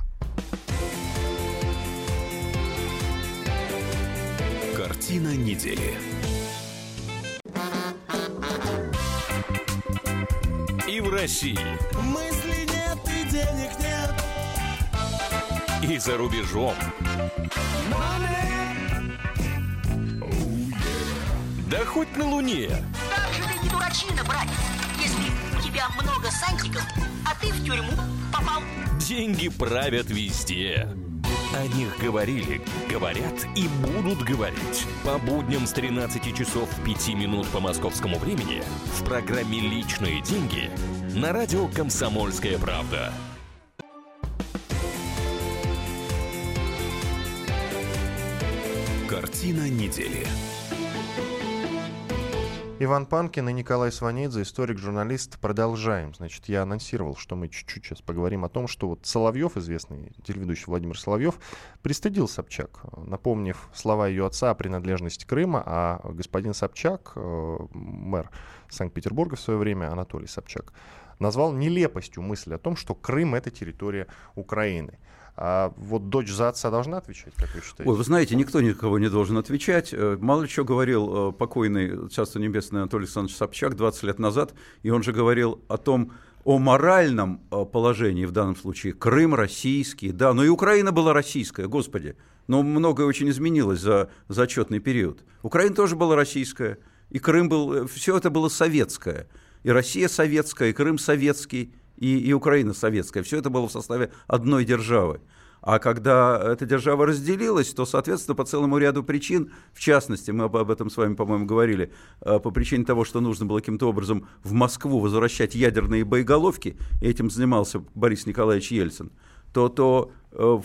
[SPEAKER 1] Картина недели. И в России.
[SPEAKER 10] Мысли нет и денег нет.
[SPEAKER 1] И за рубежом. Да хоть на Луне.
[SPEAKER 11] Как же ты не дурачина, братец, если у тебя много сантиков, а ты в тюрьму попал.
[SPEAKER 1] Деньги правят везде. О них говорили, говорят и будут говорить. По будням с тринадцати часов пяти минут по московскому времени в программе «Личные деньги» на радио «Комсомольская правда». Картина недели.
[SPEAKER 2] Иван Панкин и Николай Сванидзе, историк-журналист. Продолжаем. Значит, я анонсировал, что мы чуть-чуть сейчас поговорим о том, что вот Соловьев, известный телеведущий Владимир Соловьев, пристыдил Собчак, напомнив слова ее отца о принадлежности Крыма, а господин Собчак, мэр Санкт-Петербурга в свое время, Анатолий Собчак, назвал нелепостью мысль о том, что Крым — это территория Украины. А вот дочь за отца должна отвечать, как вы считаете?
[SPEAKER 3] Ой, вы знаете, никто никого не должен отвечать. Мало ли что говорил покойный, царство небесное, Анатолий Александрович Собчак двадцать лет назад, и он же говорил о том, о моральном положении в данном случае. Крым российский, да, но и Украина была российская, господи. Но многое очень изменилось за, за отчетный период. Украина тоже была российская, и Крым был, все это было советское. И Россия советская, и Крым советский, и, и Украина советская. Все это было в составе одной державы. А когда эта держава разделилась, то, соответственно, по целому ряду причин, в частности, мы об этом с вами, по-моему, говорили, по причине того, что нужно было каким-то образом в Москву возвращать ядерные боеголовки, и этим занимался Борис Николаевич Ельцин, то, то э,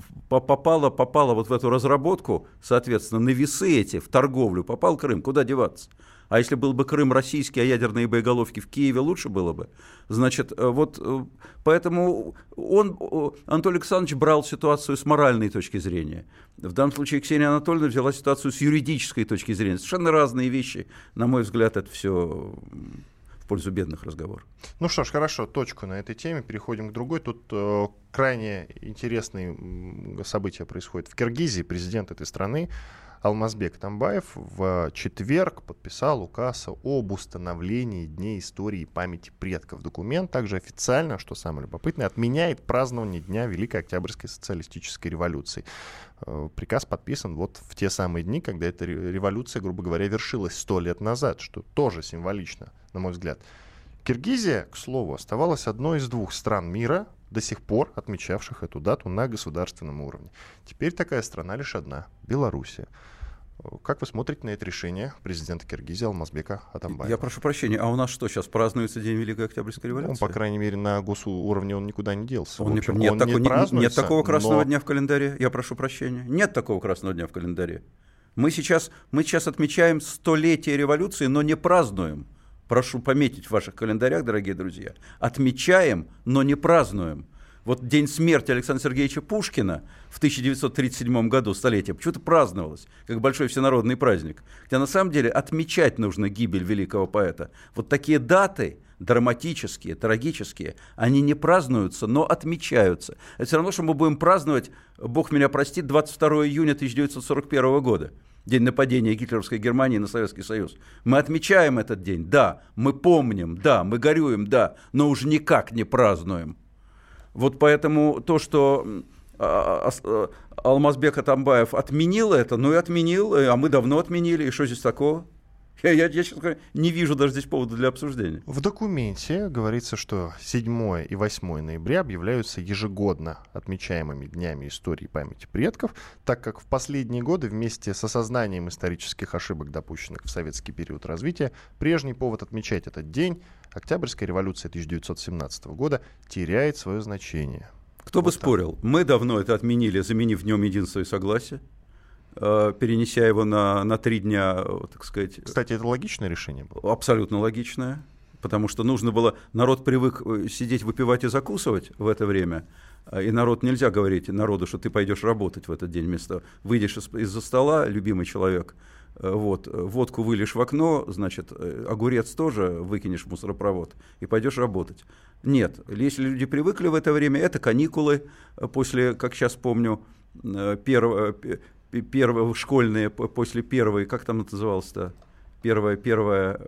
[SPEAKER 3] попало, попало вот в эту разработку, соответственно, на весы эти, в торговлю, попал Крым, куда деваться? А если был бы Крым российский, а ядерные боеголовки в Киеве, лучше было бы. Значит, вот поэтому он, Анатолий Александрович, брал ситуацию с моральной точки зрения. В данном случае Ксения Анатольевна взяла ситуацию с юридической точки зрения. Совершенно разные вещи. На мой взгляд, это все в пользу бедных разговоров.
[SPEAKER 2] Ну что ж, хорошо, точку на этой теме. Переходим к другой. Тут э, крайне интересные события происходят в Киргизии. Президент этой страны Алмазбек Атамбаев в четверг подписал указ об установлении Дней истории и памяти предков. Документ также официально, что самое любопытное, отменяет празднование Дня Великой Октябрьской социалистической революции. Приказ подписан вот в те самые дни, когда эта революция, грубо говоря, вершилась сто лет назад, что тоже символично, на мой взгляд. Киргизия, к слову, оставалась одной из двух стран мира, до сих пор отмечавших эту дату на государственном уровне. Теперь такая страна лишь одна — Белоруссия. Как вы смотрите на это решение президента Киргизии Алмазбека Атамбаева?
[SPEAKER 3] Я прошу прощения, а у нас что, сейчас празднуется День Великой Октябрьской революции?
[SPEAKER 2] Ну, по крайней мере, на госуровне он никуда не делся.
[SPEAKER 3] Он
[SPEAKER 2] общем,
[SPEAKER 3] нет,
[SPEAKER 2] он
[SPEAKER 3] тако,
[SPEAKER 2] не
[SPEAKER 3] нет, нет такого красного
[SPEAKER 2] но...
[SPEAKER 3] дня в календаре, я прошу прощения. Нет такого красного дня в календаре. Мы сейчас, мы сейчас отмечаем столетие революции, но не празднуем. Прошу пометить в ваших календарях, дорогие друзья. Отмечаем, но не празднуем. Вот день смерти Александра Сергеевича Пушкина в тысяча девятьсот тридцать седьмом году, столетие, почему-то праздновалось, как большой всенародный праздник. Хотя на самом деле отмечать нужно гибель великого поэта. Вот такие даты драматические, трагические, они не празднуются, но отмечаются. Это все равно, что мы будем праздновать, Бог меня простит, двадцать второго июня тысяча девятьсот сорок первого года. День нападения гитлеровской Германии на Советский Союз. Мы отмечаем этот день, да, мы помним, да, мы горюем, да, но уже никак не празднуем. Вот поэтому то, что Алмазбек Атамбаев отменил это, ну и отменил, а мы давно отменили, и что здесь такого? Я, я, я, честно говоря, не вижу даже здесь повода для обсуждения.
[SPEAKER 2] В документе говорится, что седьмое и восьмое ноября объявляются ежегодно отмечаемыми днями истории и памяти предков, так как в последние годы вместе с осознанием исторических ошибок, допущенных в советский период развития, прежний повод отмечать этот день, Октябрьская революция тысяча девятьсот семнадцатого года, теряет свое значение.
[SPEAKER 3] Кто бы спорил? Мы давно это отменили, заменив Днем единства и согласия, перенеся его на, на три дня, так сказать.
[SPEAKER 2] Кстати, это логичное решение было?
[SPEAKER 3] Абсолютно логичное, потому что нужно было, народ привык сидеть, выпивать и закусывать в это время, и народ, нельзя говорить народу, что ты пойдешь работать в этот день вместо, выйдешь из- из-за стола, любимый человек, вот, водку вылишь в окно, значит, огурец тоже выкинешь в мусоропровод и пойдешь работать. Нет, если люди привыкли в это время, это каникулы после, как сейчас помню, первого, первого школьные, после первой, как там это называлось-то, первая, первая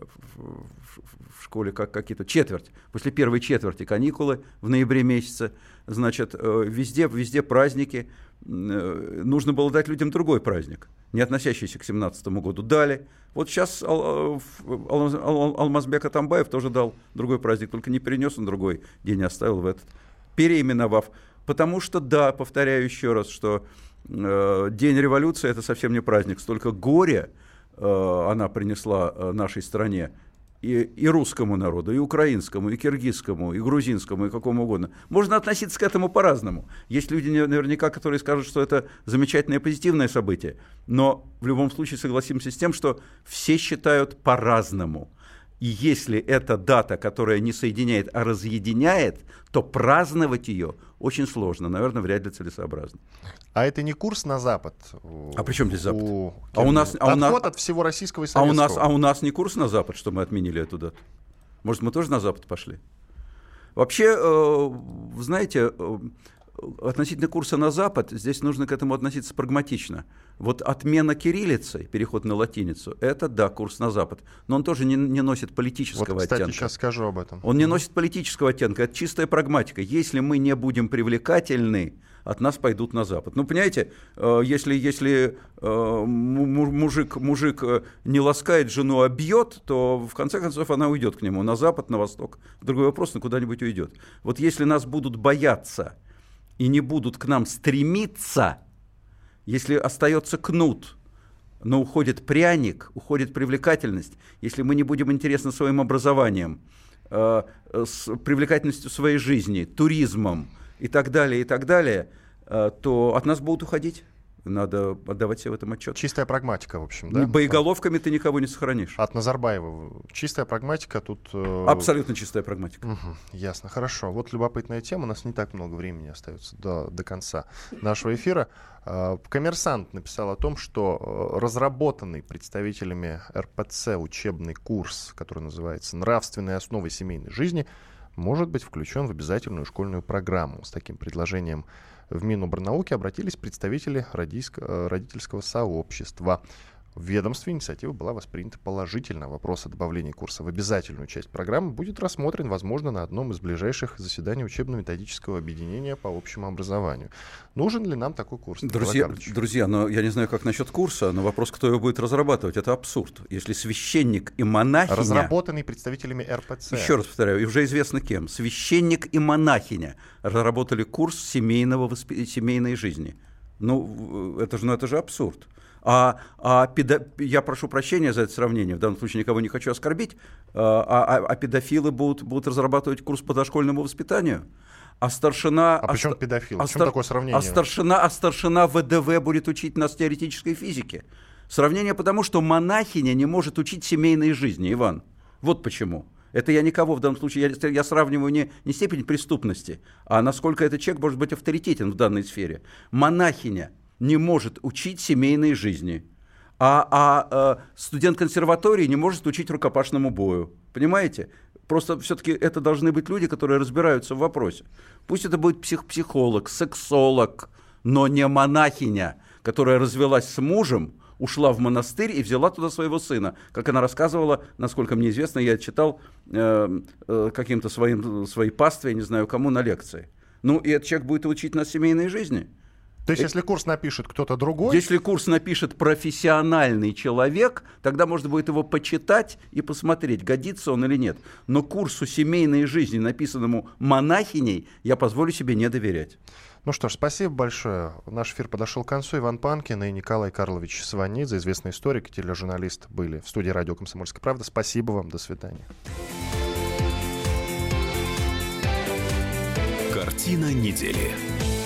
[SPEAKER 3] в школе, как какие-то, четверть, после первой четверти каникулы в ноябре месяце, значит, везде, везде праздники, нужно было дать людям другой праздник, не относящийся к семнадцатому году, дали. Вот сейчас Ал- Ал- Ал- Алмазбек Атамбаев тоже дал другой праздник, только не перенес он другой день, оставил в этот, переименовав. Потому что, да, повторяю еще раз, что э, День революции – это совсем не праздник, столько горя э, она принесла э, нашей стране, и, и русскому народу, и украинскому, и киргизскому, и грузинскому, и какому угодно. Можно относиться к этому по-разному. Есть люди наверняка, которые скажут, что это замечательное позитивное событие, но в любом случае согласимся с тем, что все считают по-разному. И если это дата, которая не соединяет, а разъединяет, то праздновать ее очень сложно, наверное, вряд ли целесообразно.
[SPEAKER 2] А это не курс на Запад?
[SPEAKER 3] А при чем здесь Запад?
[SPEAKER 2] У...
[SPEAKER 3] А у нас, а у нас,
[SPEAKER 2] отход от всего российского и
[SPEAKER 3] а у, нас,
[SPEAKER 2] советского.
[SPEAKER 3] а у нас не курс на Запад, что мы отменили эту дату? Может, мы тоже на Запад пошли? Вообще, э, знаете, э, относительно курса на Запад, здесь нужно к этому относиться прагматично. Вот отмена кириллицы, переход на латиницу, это, да, курс на Запад. Но он тоже не, не носит политического
[SPEAKER 2] вот, кстати,
[SPEAKER 3] оттенка.
[SPEAKER 2] сейчас скажу об этом.
[SPEAKER 3] Он не носит политического оттенка, это чистая прагматика. Если мы не будем привлекательны, от нас пойдут на Запад. Ну, понимаете, если, если мужик, мужик не ласкает жену, а бьет, то в конце концов она уйдет к нему на Запад, на Восток. Другой вопрос, на куда-нибудь уйдет. Вот если нас будут бояться и не будут к нам стремиться, если остается кнут, но уходит пряник, уходит привлекательность, если мы не будем интересны своим образованием, э, с привлекательностью своей жизни, туризмом и так далее, и так далее, э, то от нас будут уходить. Надо отдавать себе в этом отчет.
[SPEAKER 2] Чистая прагматика, в общем, да?
[SPEAKER 3] Боеголовками ты никого не сохранишь.
[SPEAKER 2] От Назарбаева. Чистая прагматика тут... Э...
[SPEAKER 3] Абсолютно чистая прагматика.
[SPEAKER 2] Угу, ясно, хорошо. Вот любопытная тема. У нас не так много времени остается до, до конца нашего эфира. Коммерсант написал о том, что разработанный представителями эр пэ цэ учебный курс, который называется «Нравственные основы семейной жизни», может быть включен в обязательную школьную программу. С таким предложением в Минобрнауки обратились представители родительского сообщества. В ведомстве инициатива была воспринята положительно. Вопрос о добавлении курса в обязательную часть программы будет рассмотрен, возможно, на одном из ближайших заседаний учебно-методического объединения по общему образованию. Нужен ли нам такой курс?
[SPEAKER 3] Друзья, друзья, но я не знаю, как насчет курса, но вопрос, кто его будет разрабатывать, это абсурд. Если священник и монахиня...
[SPEAKER 2] Разработанный представителями эр пэ цэ.
[SPEAKER 3] Еще раз повторяю, и уже известно кем. Священник и монахиня разработали курс семейного восп... семейной жизни. Ну, это же, ну, это же абсурд. А, а педо... я прошу прощения за это сравнение, в данном случае никого не хочу оскорбить, а, а, а педофилы будут, будут разрабатывать курс по дошкольному воспитанию, а старшина...
[SPEAKER 2] А, а почему педофил?
[SPEAKER 3] А,
[SPEAKER 2] стар... такое сравнение?
[SPEAKER 3] А старшина, а старшина вэ дэ вэ будет учить нас теоретической физике. Сравнение потому, что монахиня не может учить семейной жизни, Иван. Вот почему. Это я никого в данном случае, я, я сравниваю не, не степень преступности, а насколько этот человек может быть авторитетен в данной сфере. Монахиня не может учить семейной жизни, а, а, а студент консерватории не может учить рукопашному бою. Понимаете? Просто все-таки это должны быть люди, которые разбираются в вопросе. Пусть это будет псих, психолог, сексолог, но не монахиня, которая развелась с мужем, ушла в монастырь и взяла туда своего сына. Как она рассказывала, насколько мне известно, я читал э, э, каким-то своим, своей пастве, я не знаю кому, на лекции. Ну, и этот человек будет учить нас семейной жизни.
[SPEAKER 2] То есть, если курс напишет кто-то другой...
[SPEAKER 3] Если курс напишет профессиональный человек, тогда можно будет его почитать и посмотреть, годится он или нет. Но курсу семейной жизни, написанному монахиней, я позволю себе не доверять.
[SPEAKER 2] Ну что ж, спасибо большое. Наш эфир подошел к концу. Иван Панкин и Николай Карлович Сванидзе, известный историк и тележурналист, были в студии радио «Комсомольская правда». Спасибо вам. До свидания.
[SPEAKER 1] Картина
[SPEAKER 12] Картина недели.